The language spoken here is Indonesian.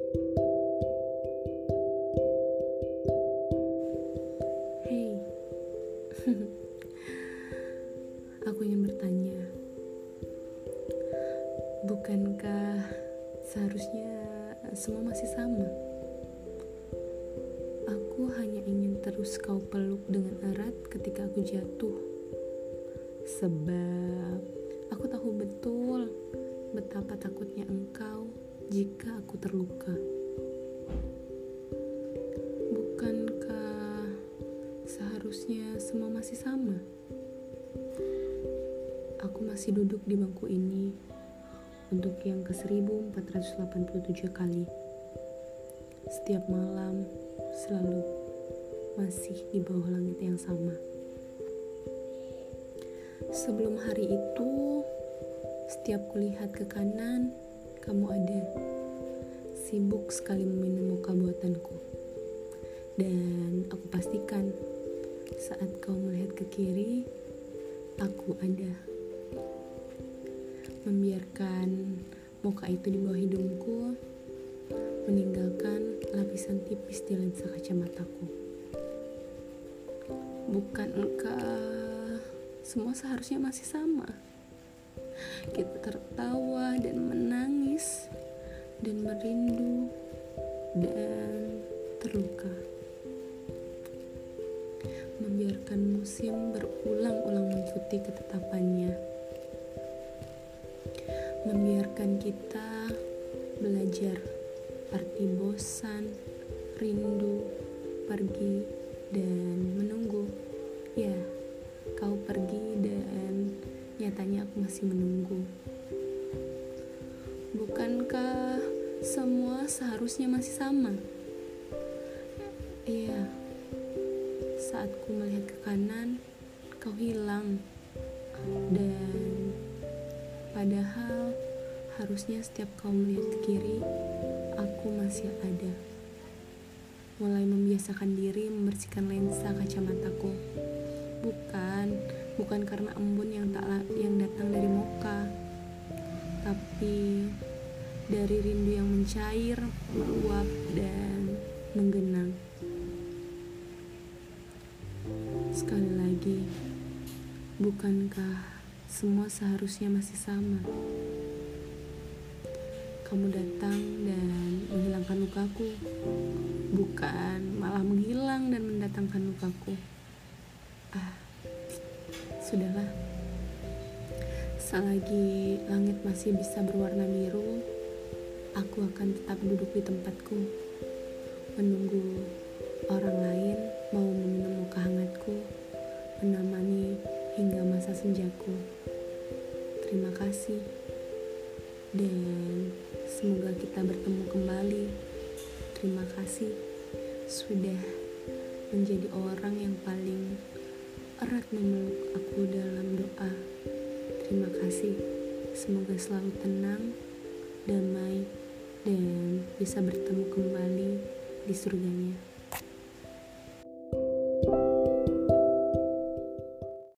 Hey, aku ingin bertanya, bukankah seharusnya semua masih sama? Aku hanya ingin terus kau peluk dengan erat ketika aku jatuh. Sebab aku tahu betul betapa takutnya engkau jika aku terluka. Bukankah seharusnya semua masih sama? Aku masih duduk di bangku ini untuk yang ke-1487 kali. Setiap malam selalu masih di bawah langit yang sama. Sebelum hari itu, setiap kulihat ke kanan, kamu ada, sibuk sekali meminum moka buatanku. Dan aku pastikan, saat kau melihat ke kiri, aku ada. Membiarkan moka itu di bawah hidungku, meninggalkan lapisan tipis di lensa kacamataku. Bukankah semua seharusnya masih sama? Kita tertawa dan menangis, dan merindu, dan terluka. Membiarkan musim berulang-ulang mengikuti ketetapannya. Membiarkan kita belajar arti bosan, rindu, pergi, dan menunggu. Ya, kau pergi dan nyatanya aku masih menunggu. Bukankah semua seharusnya masih sama? Iya, saat ku melihat ke kanan, kau hilang. Dan padahal harusnya setiap kau melihat ke kiri, aku masih ada. Mulai membiasakan diri membersihkan lensa kacamataku. Bukan karena embun yang datang dari moka, tapi dari rindu yang mencair, meluap, dan menggenang. Sekali lagi, bukankah semua seharusnya masih sama? Kamu datang dan menghilangkan lukaku, bukan malah menghilang dan mendatangkan lukaku. Sudahlah. Selagi langit masih bisa berwarna biru, aku akan tetap duduk di tempatku, menunggu orang lain mau meminum moka hangatku, menemani hingga masa senjaku. Terima kasih, dan semoga kita bertemu kembali. Terima kasih sudah menjadi orang yang paling erat memeluk aku dalam doa. Terima kasih, semoga selalu tenang, damai, dan bisa bertemu kembali di surganya.